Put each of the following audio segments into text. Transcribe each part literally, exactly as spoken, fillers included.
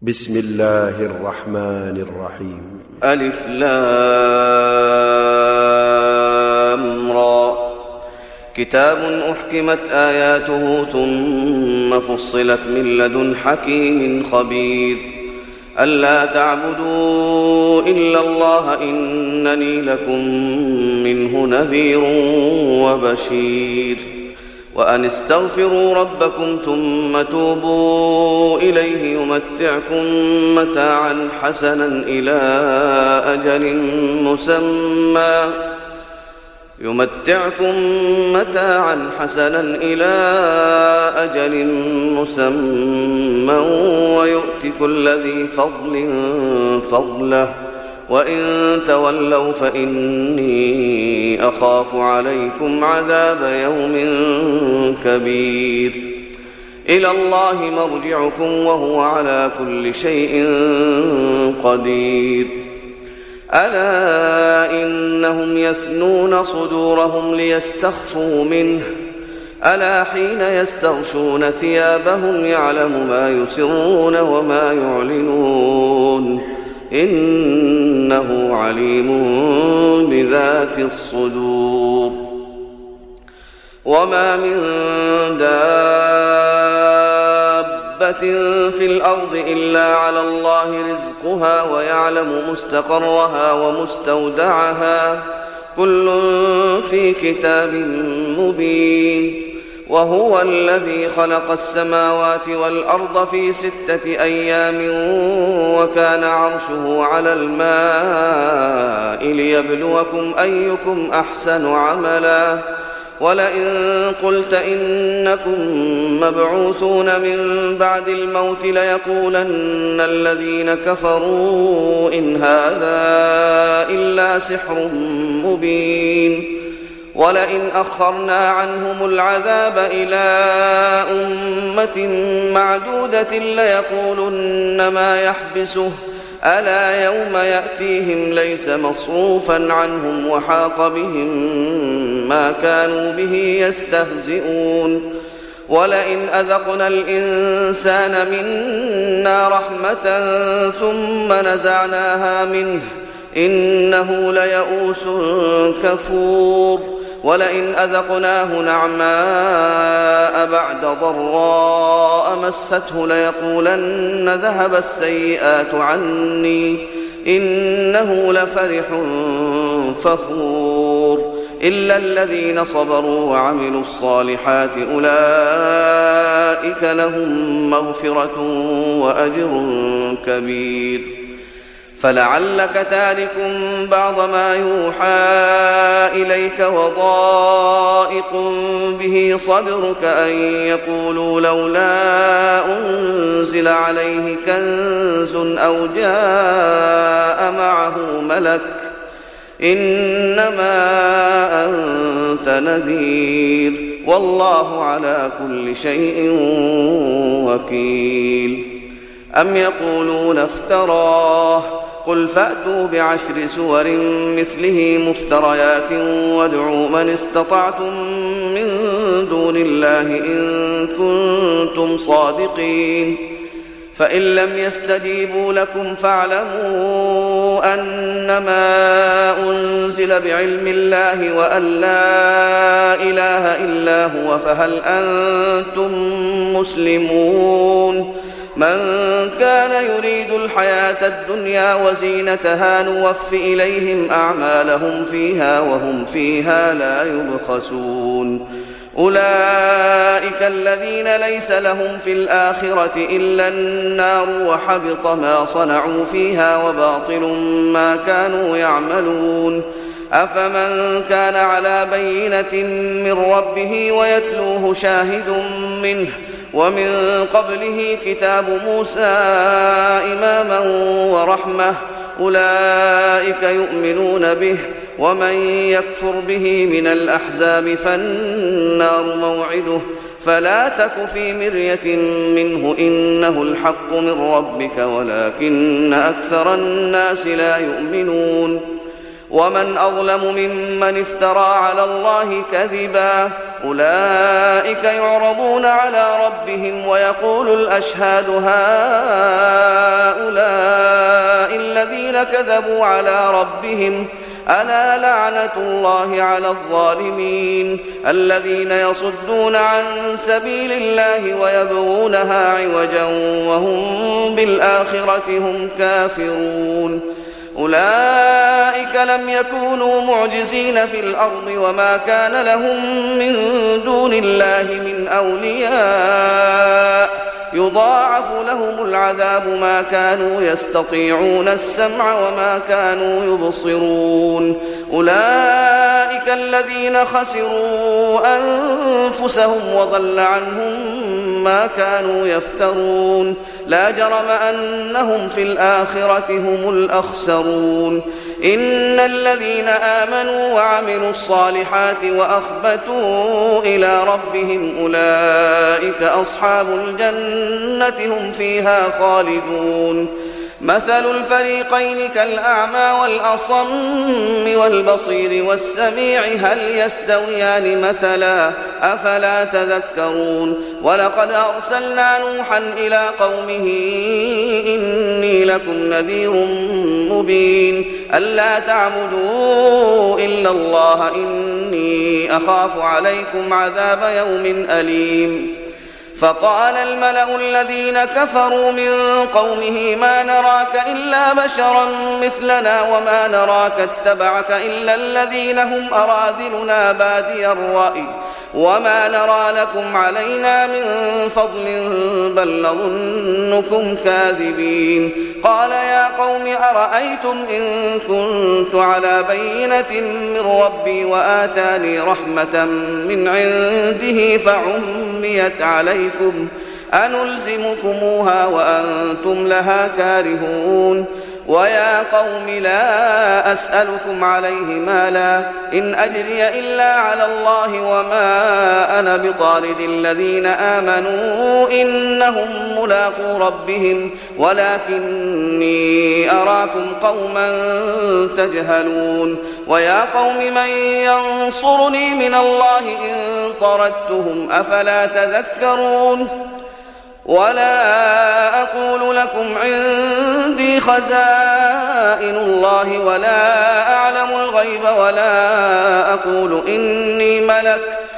بسم الله الرحمن الرحيم. ألف لام را. كتاب أحكمت آياته ثم فصلت من لدن حكيم خبير. ألا تعبدوا إلا الله إنني لكم منه نذير وبشير. وأن استغفروا ربكم ثم توبوا إليه يمتعكم متاعا حسنا إلى أجل مسمى يمتعكم متاعا حسنا إلى أجل مسمى ويؤت كل ذي فضل فضله وإن تولوا فإني أخاف عليكم عذاب يوم كبير. إلى الله مرجعكم وهو على كل شيء قدير. ألا إنهم يثنون صدورهم ليستخفوا منه ألا حين يستغشون ثيابهم يعلم ما يسرون وما يعلنون إنه عليم بذات الصدور. وما من دابة في الأرض إلا على الله رزقها ويعلم مستقرها ومستودعها كل في كتاب مبين. وهو الذي خلق السماوات والأرض في ستة أيام وكان عرشه على الماء ليبلوكم أيكم أحسن عملا. ولئن قلت إنكم مبعوثون من بعد الموت ليقولن الذين كفروا إن هذا إلا سحر مبين. ولئن أخرنا عنهم العذاب إلى أمة معدودة ليقولن ما يحبسه ألا يوم يأتيهم ليس مصروفا عنهم وحاق بهم ما كانوا به يستهزئون. ولئن أذقنا الإنسان منا رحمة ثم نزعناها منه إنه ليئوس كفور. ولئن أذقناه نعماء بعد ضراء مسته ليقولن ذهب السيئات عني إنه لفرح فخور. إلا الذين صبروا وعملوا الصالحات أولئك لهم مغفرة وأجر كبير. فلعلك تارك بعض ما يوحى إليك وضائق به صدرك أن يقولوا لولا أنزل عليه كنز أو جاء معه ملك إنما أنت نذير والله على كل شيء وكيل. أم يقولون افتراه قل فأتوا بعشر سور مثله مفتريات وادعوا من استطعتم من دون الله إن كنتم صادقين. فإن لم يستجيبوا لكم فاعلموا أنما أنزل بعلم الله وأن لا إله إلا هو فهل أنتم مسلمون. من كان يريد الحياة الدنيا وزينتها نوف إليهم أعمالهم فيها وهم فيها لا يبخسون. أولئك الذين ليس لهم في الآخرة إلا النار وحبط ما صنعوا فيها وباطل ما كانوا يعملون. أفمن كان على بينة من ربه ويتلوه شاهد منه ومن قبله كتاب موسى إماما ورحمة أولئك يؤمنون به. ومن يكفر به من الأحزاب فالنار موعده فلا تك في مرية منه إنه الحق من ربك ولكن أكثر الناس لا يؤمنون. ومن أظلم ممن افترى على الله كذبا أولئك يعرضون على ربهم ويقول الأشهاد هؤلاء الذين كذبوا على ربهم ألا لعنة الله على الظالمين الذين يصدون عن سبيل الله ويبغونها عوجا وهم بالآخرة هم كافرون أولئك لم يكونوا معجزين في الأرض وما كان لهم من دون الله من أولياء يضاعف لهم العذاب ما كانوا يستطيعون السمع وما كانوا يبصرون أولئك الذين خسروا أنفسهم وضل عنهم ما كانوا يفترون لا جرم أنهم في الآخرة هم الأخسرون إن الذين آمنوا وعملوا الصالحات وأخبتوا إلى ربهم أولئك أصحاب الجنة هم فيها خالدون مثل الفريقين كالأعمى والأصم والبصير والسميع هل يستويان مثلا أفلا تذكرون ولقد أرسلنا نوحا إلى قومه إني لكم نذير مبين ألا تعبدوا إلا الله إني أخاف عليكم عذاب يوم أليم فقال الملأ الذين كفروا من قومه ما نراك إلا بشرا مثلنا وما نراك اتبعك إلا الذين هم أراذلنا بادي الرأي وما نرى لكم علينا من فضل بل نظنكم كاذبين قال يا قوم أرأيتم إن كنت على بينة من ربي وآتاني رحمة من عنده فعميت عليكم أنلزمكموها وأنتم لها كارهون ويا قوم لا أسألكم عليه مالا إن أجري إلا على الله وما أنا بطارد الذين آمنوا إنهم ملاقو ربهم ولكني أراكم قوما تجهلون ويا قوم من ينصرني من الله إن طردتهم أفلا تذكرون ولا أقول لكم عندي خزائن الله ولا أعلم الغيب ولا أقول إني ملك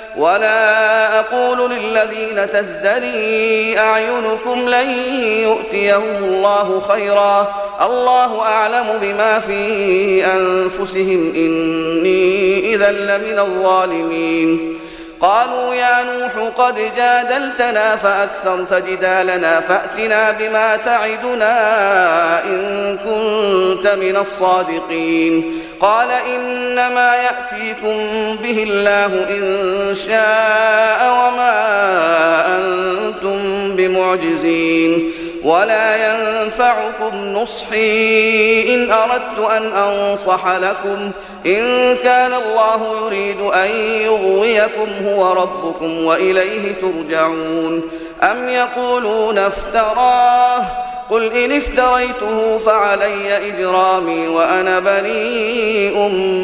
ولا أقول للذين تزدري أعينكم لن يؤتيهم الله خيرا الله أعلم بما في أنفسهم إني إذا لمن الظالمين قالوا يا نوح قد جادلتنا فأكثرت جدالنا فأتنا بما تعدنا إن كنت من الصادقين قال إنما يأتيكم به الله إن شاء وما أنتم بمعجزين ولا ينفعكم نصحي إن أردت أن أنصح لكم إن كان الله يريد أن يغويكم هو ربكم وإليه ترجعون أم يقولون افتراه قل إن افتريته فعلي إجرامي وأنا بريء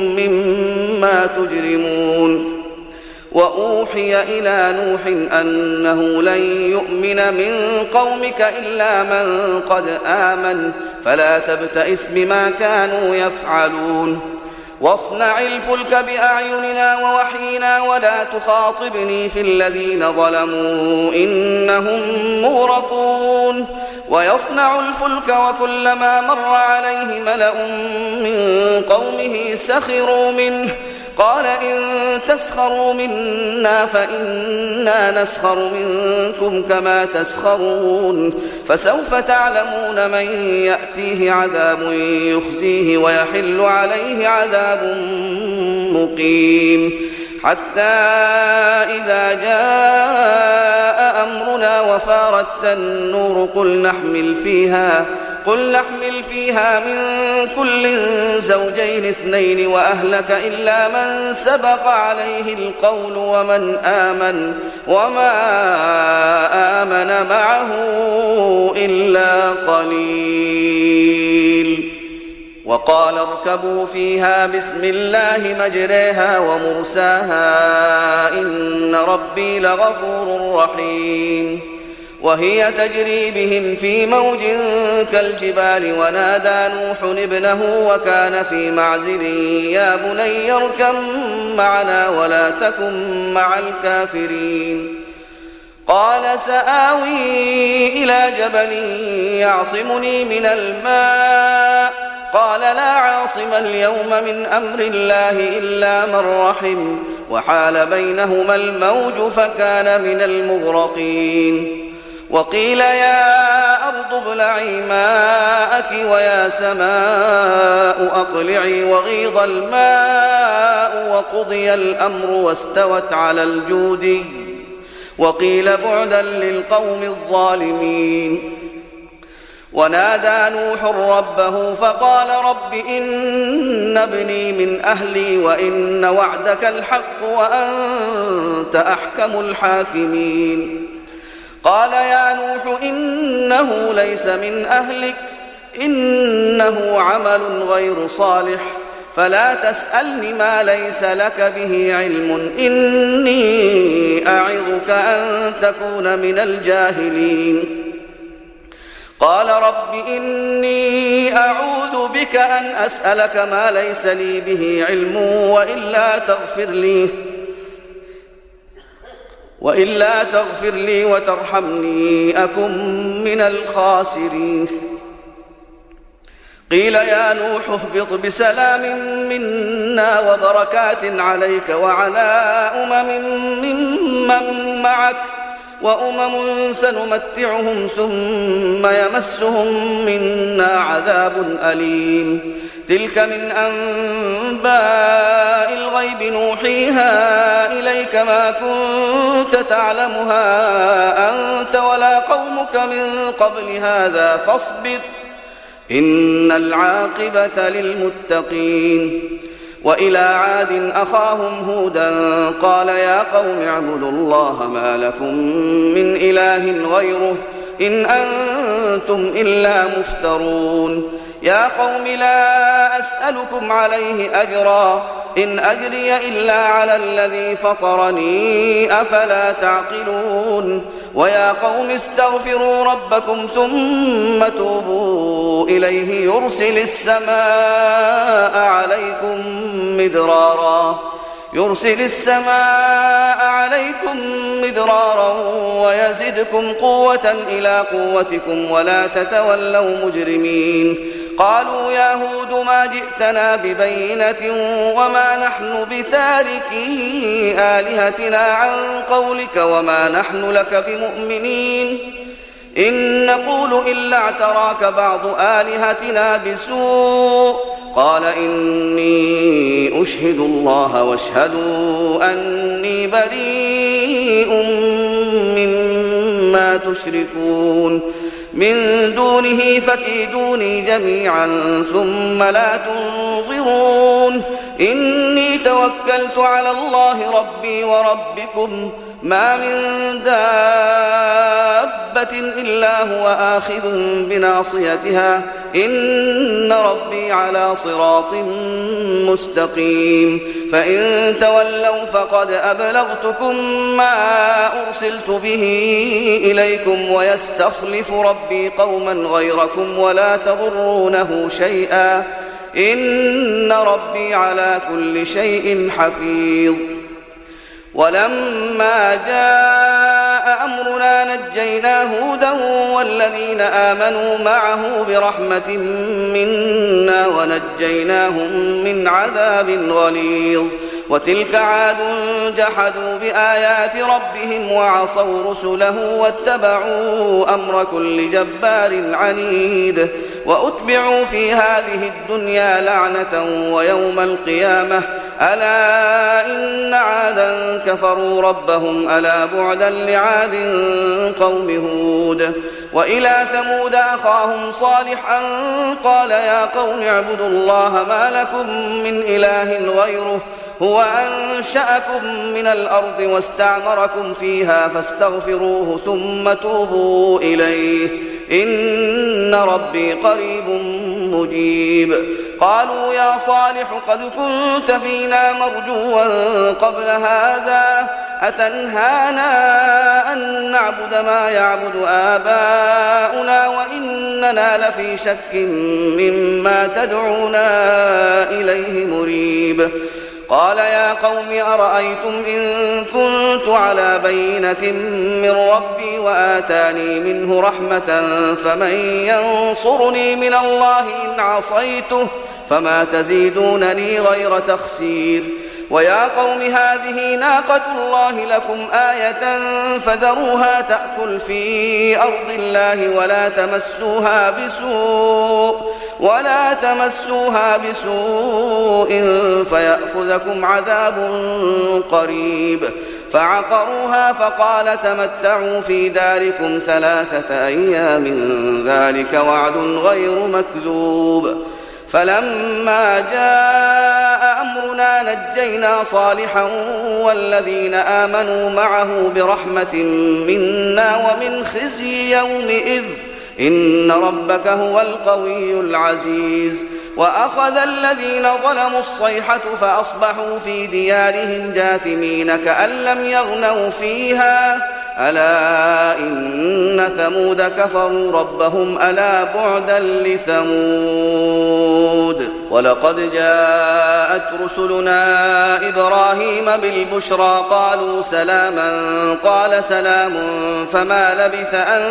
مما تجرمون وأوحي إلى نوح أنه لن يؤمن من قومك إلا من قد آمن فلا تبتئس بما كانوا يفعلون واصنع الفلك بأعيننا ووحينا ولا تخاطبني في الذين ظلموا إنهم مغرقون ويصنع الفلك وكلما مر عليه ملأ من قومه سخروا منه قال إن تسخروا منا فإنا نسخر منكم كما تسخرون فسوف تعلمون من يأتيه عذاب يخزيه ويحل عليه عذاب مقيم حتى إذا جاء أمرنا وفارت النور قل نحمل فيها قل نحمل فيها من كل زوجين اثنين وأهلك إلا من سبق عليه القول ومن آمن وما آمن معه إلا قليل وقال اركبوا فيها بسم الله مجريها ومرساها إن ربي لغفور رحيم وهي تجري بهم في موج كالجبال ونادى نوح ابنه وكان في معزل يا بني اركب معنا ولا تكن مع الكافرين قال سآوي إلى جبل يعصمني من الماء قال لا عاصم اليوم من أمر الله إلا من رحم وحال بينهما الموج فكان من المغرقين وقيل يا أرض ابلعي ماءك ويا سماء أقلعي وغيض الماء وقضي الأمر واستوت على الجود وقيل بعدا للقوم الظالمين ونادى نوح ربه فقال رب إن ابني من أهلي وإن وعدك الحق وأنت أحكم الحاكمين قال يا نوح إنه ليس من أهلك إنه عمل غير صالح فلا تسألني ما ليس لك به علم إني أعظك أن تكون من الجاهلين قال رب إني أعوذ بك أن أسألك ما ليس لي به علم وإلا تغفر لي وإلا تغفر لي وترحمني أكن من الخاسرين قيل يا نوح اهبط بسلام منا وبركات عليك وعلى أمم ممن معك وأمم سنمتعهم ثم يمسهم منا عذاب أليم تلك من أنباء الغيب نوحيها إليك ما كنت تعلمها أنت ولا قومك من قبل هذا فاصبر إن العاقبة للمتقين وإلى عاد أخاهم هودا قال يا قوم اعبدوا الله ما لكم من إله غيره إن أنتم إلا مفترون يا قوم لا أسألكم عليه أجرا إن أجري إلا على الذي فطرني أفلا تعقلون ويا قوم استغفروا ربكم ثم توبوا إليه يرسل السماء عليكم مدرارا يرسل السماء عليكم مدرارا ويزدكم قوة إلى قوتكم ولا تتولوا مجرمين قالوا يا هود ما جئتنا ببينة وما نحن بتاركي آلهتنا عن قولك وما نحن لك بمؤمنين إن نقول إلا اعتراك بعض آلهتنا بسوء قال إني أشهد الله واشهدوا أني بريء مما تشركون من دونه فكيدوني جميعا ثم لا تنظرون إني توكلت على الله ربي وربكم ما من دابة إلا هو آخذ بناصيتها إن ربي على صراط مستقيم فإن تولوا فقد أبلغتكم ما أرسلت به إليكم ويستخلف ربي قوما غيركم ولا تضرونه شيئا إن ربي على كل شيء حفيظ ولما جاء أمرنا نجينا هودا والذين آمنوا معه برحمة منا ونجيناهم من عذاب غليظ وتلك عاد جحدوا بآيات ربهم وعصوا رسله واتبعوا أمر كل جبار عنيد وأتبعوا في هذه الدنيا لعنة ويوم القيامة ألا إن عادا كفروا ربهم ألا بعدا لعاد قوم هود وإلى ثمود أخاهم صالحا قال يا قوم اعبدوا الله ما لكم من إله غيره هو أنشأكم من الأرض واستعمركم فيها فاستغفروه ثم توبوا إليه إن ربي قريب مجيب قالوا يا صالح قد كنت فينا مرجوا قبل هذا أتنهانا أن نعبد ما يعبد آباؤنا وإننا لفي شك مما تدعونا إليه مريب. قال يا قوم أرأيتم إن كنت على بينة من ربي وآتاني منه رحمة فمن ينصرني من الله إن عصيته فما تزيدونني غير تخسير. ويا قوم هذه ناقة الله لكم آية فذروها تأكل في أرض الله ولا تمسوها بسوء ولا تمسوها بسوء فيأخذكم عذاب قريب. فعقروها فقال تمتعوا في داركم ثلاثة أيام ذلك وعد غير مكذوب. فلما جاء أمرنا نجينا صالحا والذين آمنوا معه برحمة منا ومن خزي يومئذ إن ربك هو القوي العزيز. وأخذ الذين ظلموا الصيحة فأصبحوا في ديارهم جاثمين كأن لم يغنوا فيها ألا إن ثمود كفروا ربهم ألا بعدا لثمود. ولقد جاءت رسلنا إبراهيم بالبشرى قالوا سلاما قال سلام فما لبث أن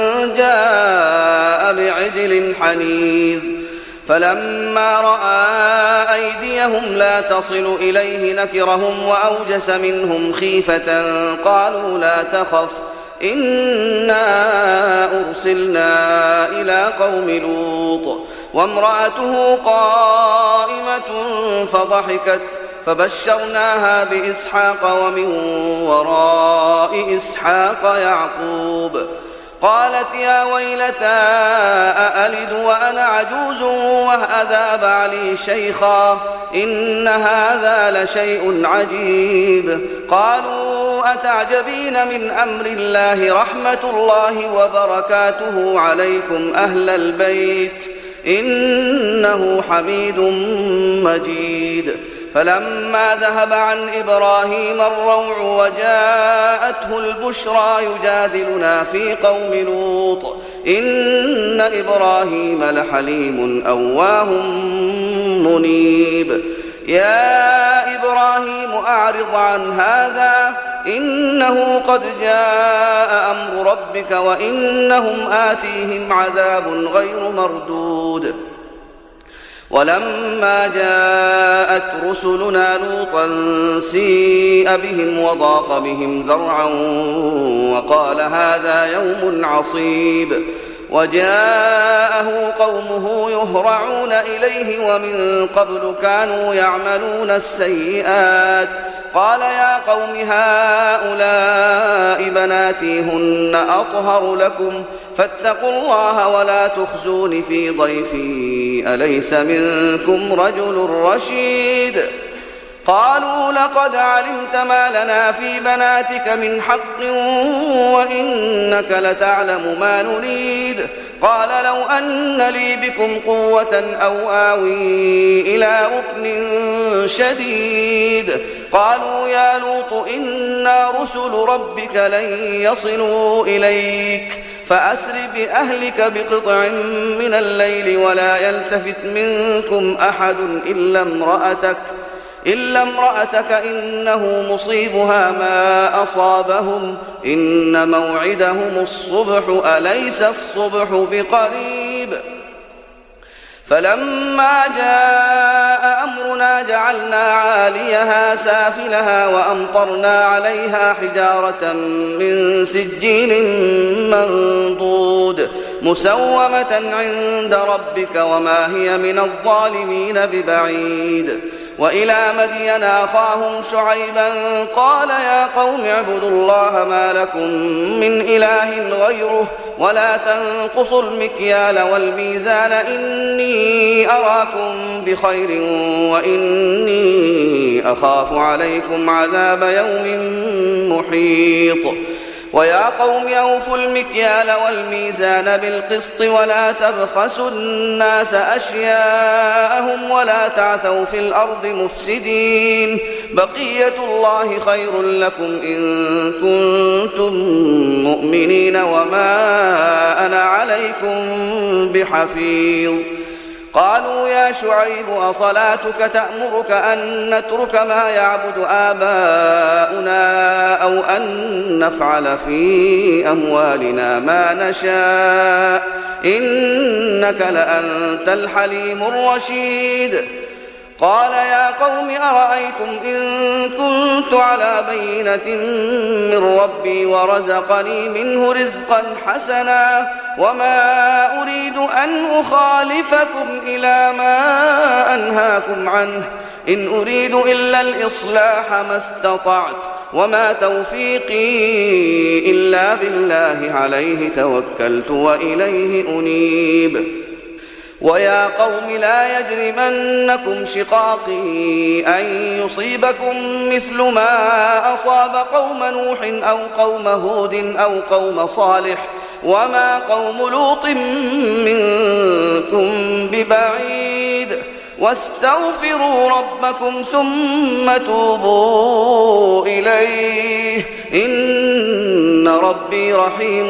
جاء بعجل حنيذ. فلما رأى أيديهم لا تصل إليه نكرهم وأوجس منهم خيفة قالوا لا تخف إنا أرسلنا إلى قوم لوط وامرأته قائمة فضحكت فبشرناها بإسحاق ومن وراء إسحاق يعقوب. قالت يا ويلتى أألد وأنا عجوز وهذا بعلي شيخا إن هذا لشيء عجيب. قالوا أتعجبين من أمر الله رحمة الله وبركاته عليكم أهل البيت إنه حميد مجيد. فلما ذهب عن إبراهيم الروع وجاءته البشرى يجادلنا في قوم لوط إن إبراهيم لحليم أواه منيب. يا إبراهيم أعرض عن هذا إنه قد جاء أمر ربك وإنهم آتيهم عذاب غير مردود. ولما جاءت رسلنا لوطا سيء بهم وضاق بهم ذرعا وقال هذا يوم عصيب. وجاءه قومه يهرعون إليه ومن قبل كانوا يعملون السيئات. قال يا قوم هؤلاء بناتي هن أطهر لكم فاتقوا الله ولا تخزون في ضيفي أليس منكم رجل رشيد. قالوا لقد علمت ما لنا في بناتك من حق وإنك لتعلم ما نريد. قال لو أن لي بكم قوة أو آوي إلى ركن شديد. قالوا يا لوط إنا رسل ربك لن يصلوا إليك فأسر بأهلك بقطع من الليل ولا يلتفت منكم أحد إلا امرأتك إلا امرأتك إنه مصيبها ما أصابهم إن موعدهم الصبح أليس الصبح بقريب. فلما جاء أمرنا جعلنا عاليها سافلها وأمطرنا عليها حجارة من سجيل منضود مسومة عند ربك وما هي من الظالمين ببعيد. وإلى مدين أخاهم شعيبا قال يا قوم اعبدوا الله ما لكم من إله غيره ولا تنقصوا المكيال والميزان إني أراكم بخير وإني أخاف عليكم عذاب يوم محيط. ويا قوم أوفوا المكيال والميزان بالقسط ولا تبخسوا الناس أشياءهم ولا تعثوا في الأرض مفسدين بقية الله خير لكم إن كنتم مؤمنين وما أنا عليكم بحفيظ قالوا يا شعيب أصلاتك تأمرك أن نترك ما يعبد آباؤنا أو أن نفعل في أموالنا ما نشاء إنك لأنت الحليم الرشيد قال يا قوم أرأيتم إن كنت على بينة من ربي ورزقني منه رزقا حسنا وما أريد أن أخالفكم إلى ما أنهاكم عنه إن أريد إلا الإصلاح ما استطعت وما توفيقي إلا بالله عليه توكلت وإليه أنيب ويا قوم لا يجرمنكم شقاقي أن يصيبكم مثل ما أصاب قوم نوح أو قوم هود أو قوم صالح وما قوم لوط منكم ببعيد واستغفروا ربكم ثم توبوا إليه إن ربي رحيم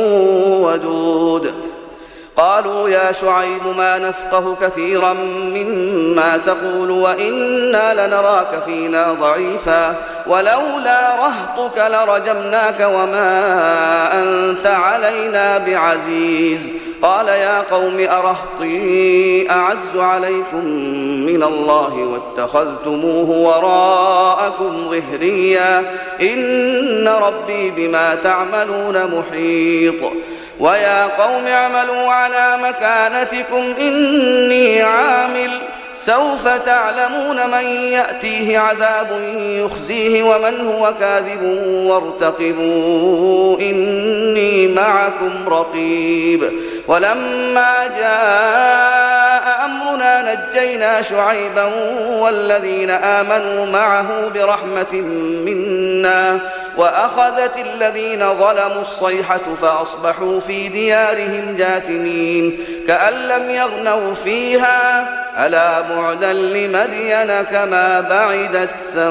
ودود قالوا يا شعيب ما نفقه كثيرا مما تقول وإنا لنراك فينا ضعيفا ولولا رهطك لرجمناك وما أنت علينا بعزيز قال يا قوم أرهطي أعز عليكم من الله واتخذتموه وراءكم ظهريا إن ربي بما تعملون محيط ويا قوم اعملوا على مكانتكم إني عامل سوف تعلمون من يأتيه عذاب يخزيه ومن هو كاذب وارتقبوا إني معكم رقيب ولما جاء أمرنا نجينا شعيبا والذين آمنوا معه برحمة منا وأخذت الذين ظلموا الصيحة فأصبحوا في ديارهم جاثمين كأن لم يغنوا فيها ألا بعدا لمدين كما بعدت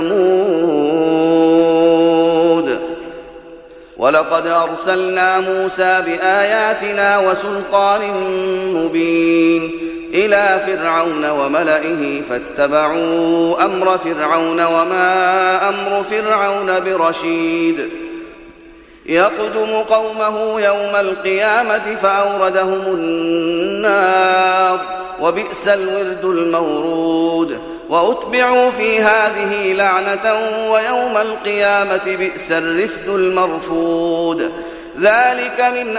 ثمود ولقد أرسلنا موسى بآياتنا وسلطان مبين إلى فرعون وملئه فاتبعوا أمر فرعون وما أمر فرعون برشيد يقدم قومه يوم القيامة فأوردهم النار وبئس الورد المورود وأتبعوا في هذه لعنة ويوم القيامة بئس الرفد المرفود ذلك من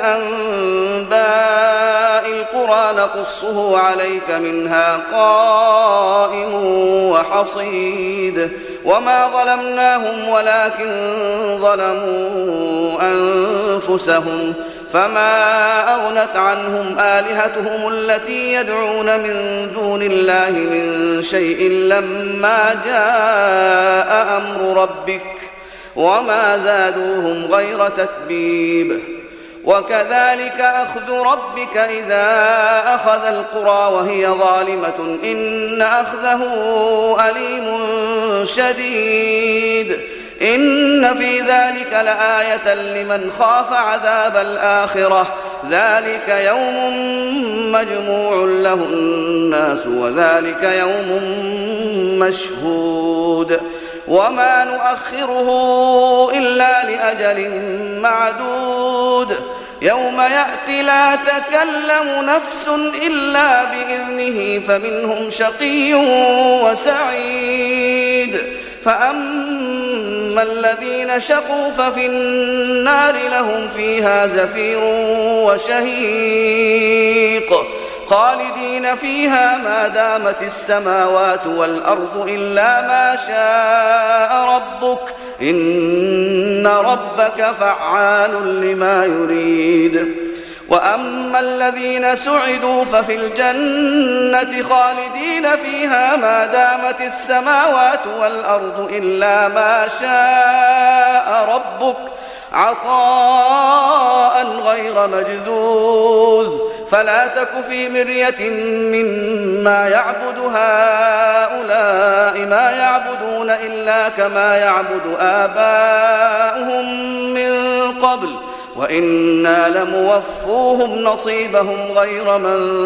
أنباء القرى نقصه عليك منها قائم وحصيد وما ظلمناهم ولكن ظلموا أنفسهم فما أغنت عنهم آلهتهم التي يدعون من دون الله من شيء لما جاء أمر ربك وما زادوهم غير تتبيب وكذلك أخذ ربك إذا أخذ القرى وهي ظالمة إن أخذه أليم شديد إن في ذلك لآية لمن خاف عذاب الآخرة ذلك يوم مجموع له الناس وذلك يوم مشهود وما نؤخره إلا لأجل معدود يوم يأتي لا تكلم نفس إلا بإذنه فمنهم شقي وسعيد فأما الذين شقوا ففي النار لهم فيها زفير وشهيق خالدين فيها ما دامت السماوات والأرض إلا ما شاء ربك إن ربك فعال لما يريد وأما الذين سعدوا ففي الجنة خالدين فيها ما دامت السماوات والأرض إلا ما شاء ربك عطاء غير مجذوذ فلا تك في مرية مما يعبد هؤلاء ما يعبدون إلا كما يعبد آباؤهم من قبل وإنا لموفوهم نصيبهم غير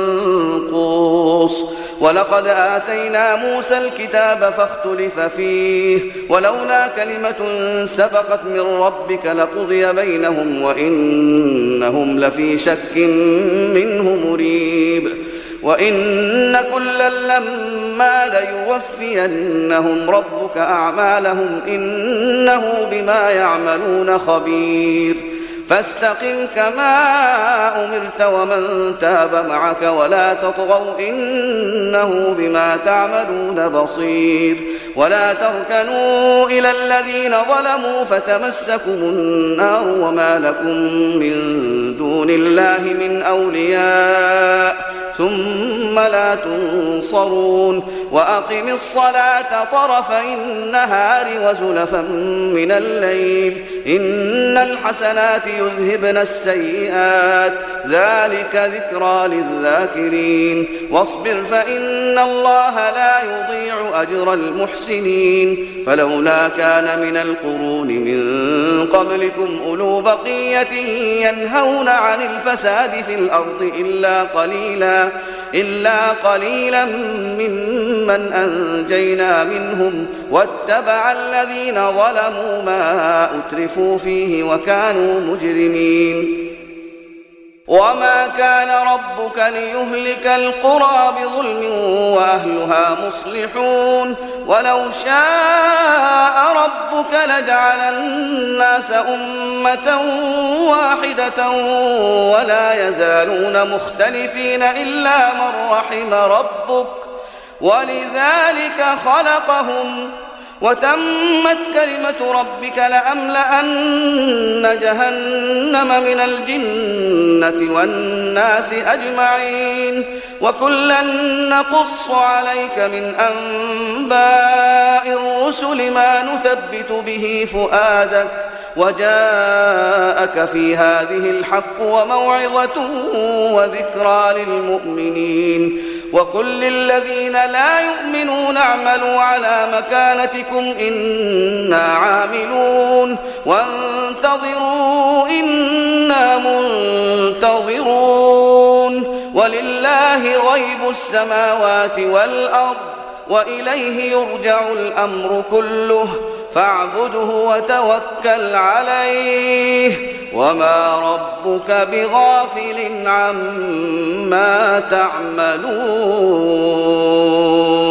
منقوص ولقد آتينا موسى الكتاب فاختلف فيه ولولا كلمة سبقت من ربك لقضي بينهم وإنهم لفي شك منه مريب وإن كلا لما ليوفينهم ربك أعمالهم إنه بما يعملون خبير فاستقم كما أمرت ومن تاب معك ولا تطغوا إنه بما تعملون بصير ولا تركنوا إلى الذين ظلموا فتمسكم النار وما لكم من دون الله من أولياء ثم لا تنصرون وأقم الصلاة طرفي النهار وزلفا من الليل إن الحسنات يذهبن السيئات ذلك ذكرى للذاكرين واصبر فإن الله لا يضيع أجر المحسنين فلولا كان من القرون من قبلكم أولو بقية ينهون عن الفساد في الأرض إلا قليلا إلا قليلا ممن أنجينا منهم واتبع الذين ظلموا ما أترفوا فيه وكانوا مجرمين وما كان ربك ليهلك القرى بظلم وأهلها مصلحون ولو شاء ربك لجعل الناس أمة واحدة ولا يزالون مختلفين إلا من رحم ربك ولذلك خلقهم وتمت كلمة ربك لأملأن جهنم من الجنة والناس أجمعين وكلا نقص عليك من أنباء الرسل ما نثبت به فؤادك وجاءك في هذه الحق وموعظة وذكرى للمؤمنين وقل للذين لا يؤمنون اعملوا على مكانتكم إنا عاملون وانتظروا إنا منتظرون ولله غيب السماوات والأرض وإليه يرجع الأمر كله فاعبده وتوكل عليه وما ربك بغافل عما تعملون